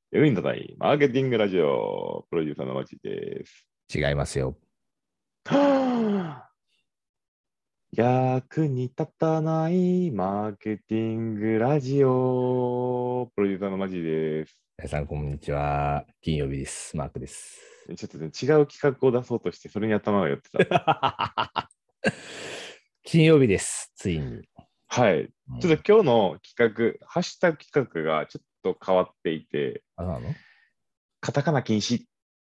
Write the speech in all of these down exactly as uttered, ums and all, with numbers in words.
役に立たないマーケティングラジオプロデューサーのまちです。 違いますよ。 はあ、役に立たないマーケティングラジオプロデューサーのまちです。 皆さん、こんにちは。金曜日です。マークです。 ちょっと、ね、違う企画を出そうとして、それに頭が寄ってた。 金曜日です。ついに。 はい。 うん、 ちょっと今日の企画、ハッシュタグ企画がちょっと変わっていて、 あ、そうなの？ カタカナ禁止。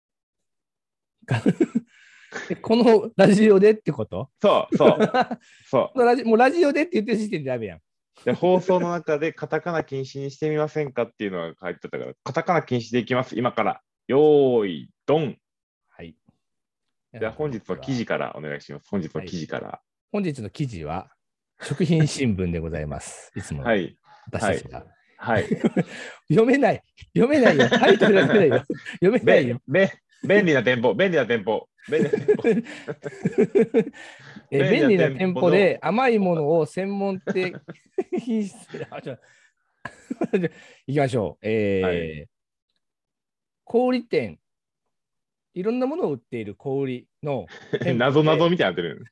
えこのラジオでってこと？ そう、そう、そこのラジもうラジオでって言ってる時点でダメやん。 う。で、放送の中でカタカナ禁止にしてみませんかっていうのが書いてたから、カタカナ禁止でいきます。今から。よーい、ドン。 はい。皆じゃあさん、こん本日の記にちは。 事からお願いします。本日のはい。 記事から。 本日の記事は、食品新聞でございます。いつものはい。はい。 私たちが。 はい。 読めない。読めないよ。タイトルが読めないよ。読めないべ、 よ。 べ、便利な店舗、便利な店舗、便利な店舗、 え便利な便利な店舗の、 店舗で甘いものを専門店品質、あ、ちょ、行きましょう。 はい。 えー、小売店、いろんなものを売っている小売の店舗で、 謎謎みたいになってる。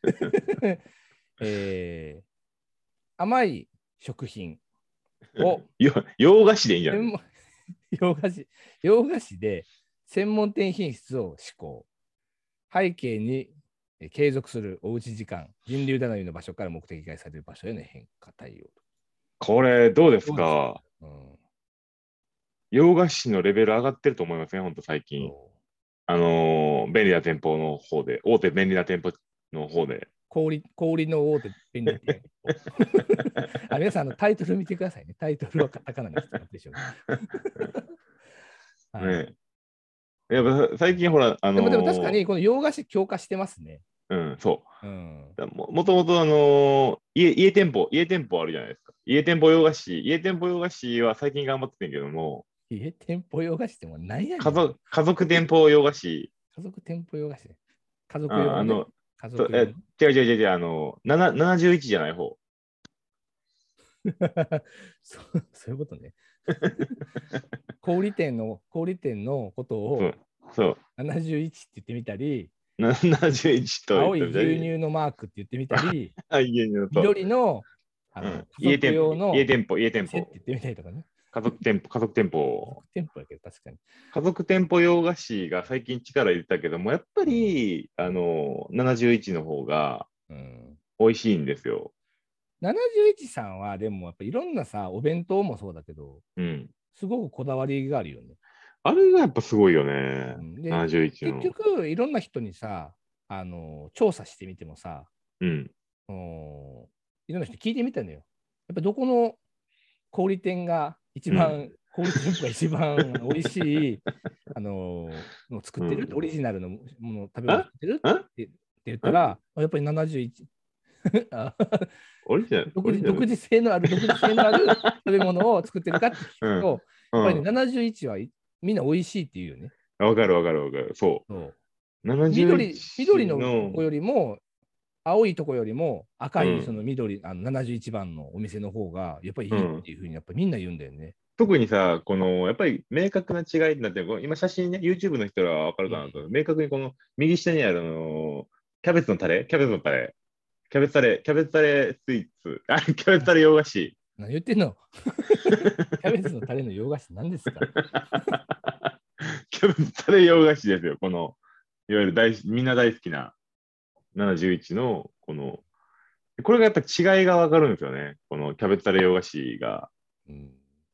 えー、甘い食品をよ洋菓子でいいんじゃない？ 専門洋菓子洋菓子で専門店品質を施行。背景に継続するおうち時間、人流頼みの場所から目的外される場所への変化対応。 これ、どうですどうですか？ か？ うん、 洋菓子のレベル上がってると思いますね、ほんと最近。 そう。 あのー便利な店舗の方で、大手便利な店舗の方で。 氷、氷の大手便利店舗。あ、皆さん、あのタイトル見てくださいね。タイトルはカタカナにしてますでしょう。はい。 ねえ。やっぱ最近ほら、あでも、でも確かのに、この洋菓子強化してますね。 ーうん、そうん。 う。も、もともとあのー家、家店舗、家店舗あるじゃないですか。家店舗洋菓子、家店舗洋菓子は最近頑張ってるんけども、 え、店舗洋菓子ってもう何やねん。 家族、家族店舗洋菓子、 家族店舗洋菓子。家族用のね。 あ、あの、 家とえ、 族用の。 違う違う違う違う、あの、ななななじゅういちじゃない方。 そう、そういうことね。小売店の、小売店のことをそう、そう。 ななじゅういちって言ってみたり、 ななじゅういちと言っ青いてみたり、 牛乳のマークって言ってみたり、 あ、家にのと、 緑の、あうん、 の家族家店、 用の家店舗、家店舗、 店って言ってみたりとかね。 家族店舗、家族店家舗、 族店舗やけど、確かに。 家族店舗洋菓子が最近力入れたけども、やっぱうん。 り、あの、ななじゅういちの方がうん、 美味しいんですよ。 ななじゅういちさんは、でも、やっぱいろんなさ、お弁当もそうだけど、 うん。 すごくこだわりがあるよね。 あれがやっぱすごいよね。 うん、で、 ななじゅういち結の。 局、いろんな人にさ、あの、調査してみてもさ、 うん。 うん、いろんな人に聞いてみたのよ。やっぱどこの小売店が一うん。 番、小売店舗が一番美味しい、あののを作ってる、 うん。 オリジナルのもの、食べ物をあ作ってるあってって言ったあら、やっぱりななじゅういち、あオリジナル独自、 オリジナル独自性のある、独自性のある食べ物を作ってるかって聞うん。 くと、やっぱりね、 うん。 ななじゅういちはみんな美味しいっていうよね。 わかるわかるわかる。そそう。 う。 緑、緑ななじゅういちの、 のとこよりも、青いとこよりも赤いそうん。 の緑、あのななじゅういちばんのお店の方がやっぱりいいっうん。 ていうふうにやっぱみんな言うんだよね。 特にさ、この、やっぱり明確な違いになってる、この今写真ね、YouTube の人はわかるかなと、 うん。 明確にこの右下にあるあの、キャベツのタレキャベツのタレキャベツタレ、キャベツタレスイーツ、あ、キャベツタレ洋菓子。 何言ってんの？キャベツのタレの洋菓子何ですか？ キャベツタレ洋菓子ですよ。この、いわゆる大みんな大好きなななじゅういちの、この、これがやっぱ違いがわかるんですよね。このキャベツタレ洋菓子が。 うん。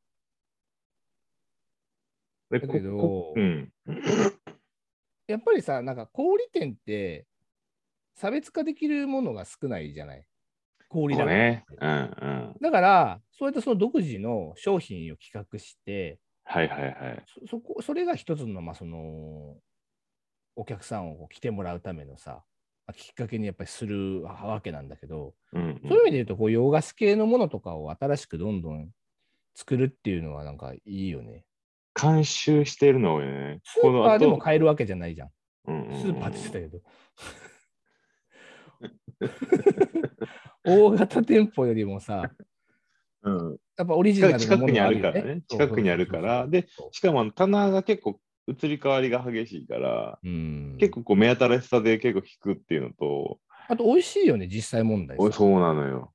で、 だけこ、こ、うど、 ん。 やっぱりさ、なんか小売店って差別化できるものが少ないじゃない。小売だからっそうね。 て。 うん、うん。 だから、そういったその独自の商品を企画して、 はいはいはい。 そ、そこ、それが一つの、まあ、その、お客さんを来てもらうためのさ、まあきっかけにやっぱりするわけなんだけど、 うんうそういう意味でん。 言うと、こう、洋菓子系のものとかを新しくどんどん作るっていうのはなんかいいよね。 監修しているのをね、 スーこのパーでも後、 買えるわけじゃないじゃん。 うんうスーパーって言ってたんけど。大型店舗よりもさ、 うん。うん。 やっぱオリジナルの近くにあものがあるよね。 るからね。近くにあるから。で、しかも棚が結構移り変わりが激しいから、 うん、 結構こう目新しさで結構引くっていうのと、 あと美味しいよね、実際問題さ。 おそうなのよ。 うん、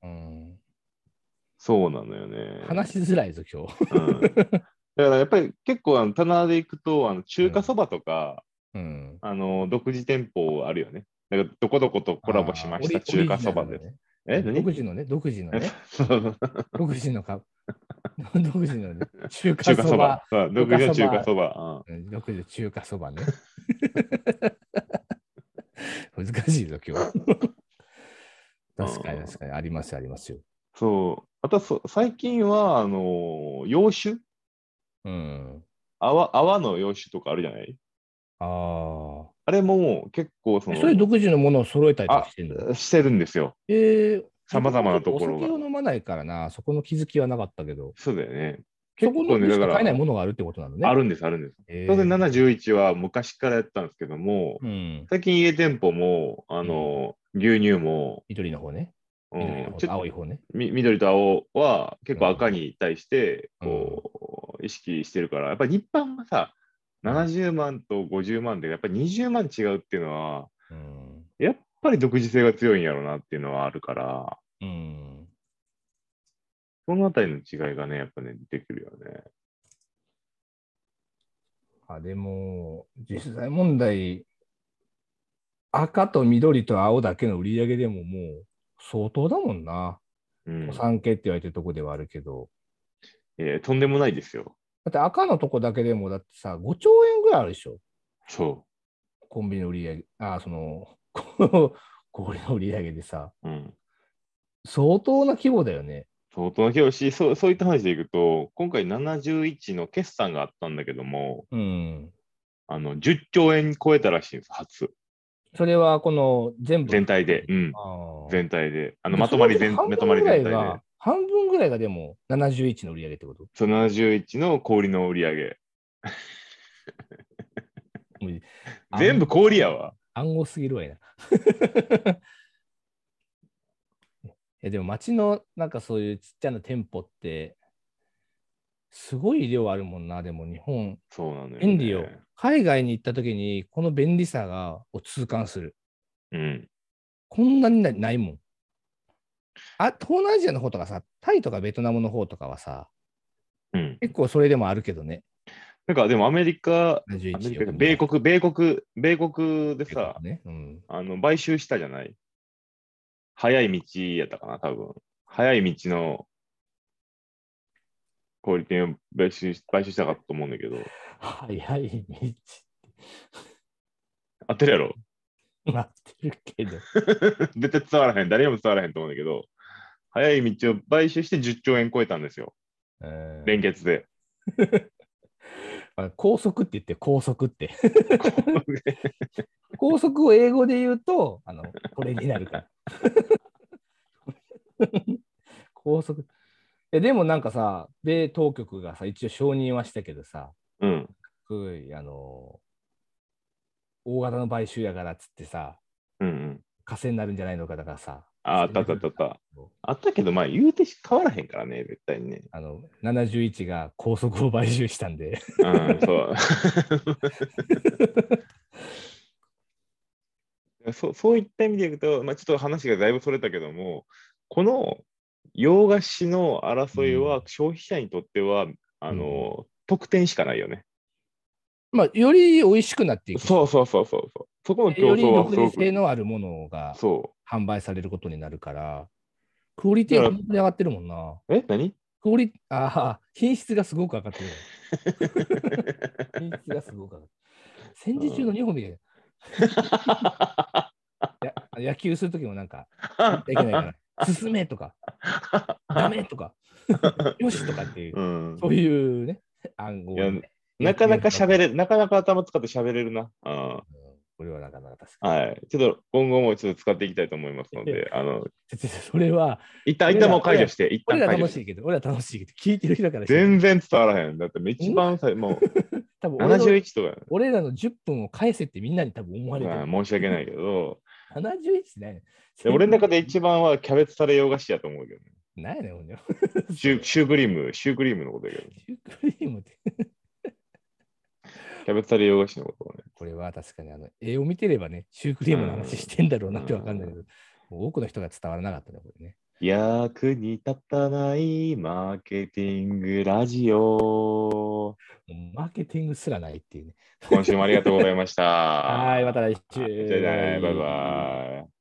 そうなのよね。 話しづらいぞ、今日。 うん。だからやっぱり結構あの棚で行くと、あの中華そばとか、 うん。 あの独自店舗あるよね。だからどこどことコラボしああ、 ました中オリオリ華そばです。 ジナルのね。 え、何？ 独自のね、独自のね。 そうそう独自のか、独自のね、中華中華そば。 そば、 そう中独自の中華華そば、 そば。 うん独自の中華そばね。難しいぞ、今日。 うん確かに、確うんかに、あります、ありますよ。 そう。あとそ、最近は、あの、洋酒うん。 泡、泡の洋酒とかあるじゃない？ ああれも結構そあ。それの、 独自のものを揃えたりとかあ、 してんの？ してるんですよ。 ええ、自分様々なはちょっとおところが。 酒を飲まないからな、そこの気づきはなかったけど、 そうだよね。 そ結構ね、 このでしか買えないだから、 ものがあるってことなのね。 あるんです、あるんです。当然ええ、 ななじゅういちは昔からやったんですけども、 うん。 最近家店舗も、あうん。 の、牛乳も、 緑の方ね。 うん、 緑の方とちょっと青い方ね。 み緑と青は結うん。 構赤に対してうん。 こう意識してるから、やっぱり日販がさ、 うん。 ななじゅうまんとごじゅうまんでやっぱりにじゅうまん違うっていうのは、 うん。 やっぱり独自性が強いんやろうなっていうのはあるから、 うん。 そのあたりの違いがね、やっぱね、出てくるよね。 あ、でも、実際問題、赤と緑と青だけの売り上げでももう相当だもんな。御うん。 三家って言われてるとこではあるけど。 えーとんでもないですよ。 だって赤のとこだけでもだってさ、ごちょうえんぐらいあるでしょ。 そコンビニの売り上げ。あ、その、氷の売り上げでさ、 う。うん。 相当な規模だよね。 相当な気がし、そう、そういった話でいくと、今回ななじゅういちの決算があったんだけども、 うん。 あの、じゅっちょうえん超えたらしいんです、初。 それはこの全部含全体で。 めて。 うん。 ああ。 全体で。あの、 で、 まとそのうちのまり全、まとまり半分ぐら全体で。 いが、半分ぐらいがでもななじゅういちの売り上げってこと？ そのななじゅういちの氷の売り上げ。 もう暗全部号すぎる。 氷やわ。 暗号すぎるわいな。え、でも街のなんかそういうちっちゃな店舗って、すごい量あるもんな。でも日本、 そうなのよ便利よ。 ね。 海外に行った時に、この便利さがを痛感する。 うん。 こんなになないもん。あ、東南アジアの方とかさ、タイとかベトナムの方とかはさ、 うん。 結構それでもあるけどね。 なんかでもアメリカ、アメリななじゅういちよく見ない。 カ米国、米国、米国でさ、 結構ね。うん。 あの、買収したじゃない？早い道やったかな、多分。早い道の小売店を買収し、買収したかったと思うんだけど、 早い道。 合ってるやろ？ 待ってるけど。 絶対伝わらへん。誰にも伝わらへんと思うんだけど、早い道を買収してじゅっちょうえん超えたんですよ。連結で。 あ、高速って言って、高速って。高速を英語で言うと、あの、これになるから。高速。え、でもなんかさ、米当局がさ、一応承認はしたけどさ、 うん。 すごい、あの、大型の買収やからっつってさ、 うんうん。 稼いになるんじゃないのかだからさ、 あ、あったあったあったあった。あったけど、まあ言うて変わらへんからね、絶対にね。 あの、ななじゅういちが高速を買収したんで。 うん、そう。そう、そういった意味でいくと、まあ、ちょっと話がだいぶそれたけども、この洋菓子の争いはうん。 消費者にとっては、あうん。 の、得点しかないよね。 まあ、より美味しくなっていくし、 そうそうそうそうそう。そこの競争より独はすごく、 自性のあるものがそ販売されることになるから、クオリう。だから、 ティが本当に上がってるもんな。 え、何？ クオリ、ああ、品質がすごく上がってるわ。品質がすごく上がってる。戦時中の日本みたいな。や野球するときもなんか、言っちゃいけないから、進めとか、ダメとか、よしとかっていう、 うん。 そういうね、暗いや、 号でね、野なかなか球の中、 喋れ、なかなか頭使って喋れるな。うん。 うん、これはなかなか確かに。 はい。ちょっと今後もちょっと使っていきたいと思いますので、あの、 それは、 一旦、一旦もう俺ら、俺ら、 解除して、一俺ら旦解除して。 楽しいけど、俺ら楽しいけど、聞いてる人からしても、 全然伝わらへん。だって一ん番最、もう多分俺の、 ななじゅういちとか、 俺らのじゅっぷんを返せってみんなに多分思われてる。 まあ申し訳ないけど、 ななじゅういちね。 で俺の中で一番はキャベツタレ洋菓子やと思うけどね。 何やねん、ほんで。 シュシュークリーム、シュークリームのことだけど。 シュークリームって。 キャベツタレ洋菓子のことをね。 これは確かにあの絵を見てればね、シュークリームの話してんだろうなってわかんないけど、もう多くの人が伝わらなかったね、これね。 役に立たないマーケティングラジオ。 マーケティングすらないっていうね。 今週もありがとうございました。 はい、また来週。 じゃあね、バイバイ。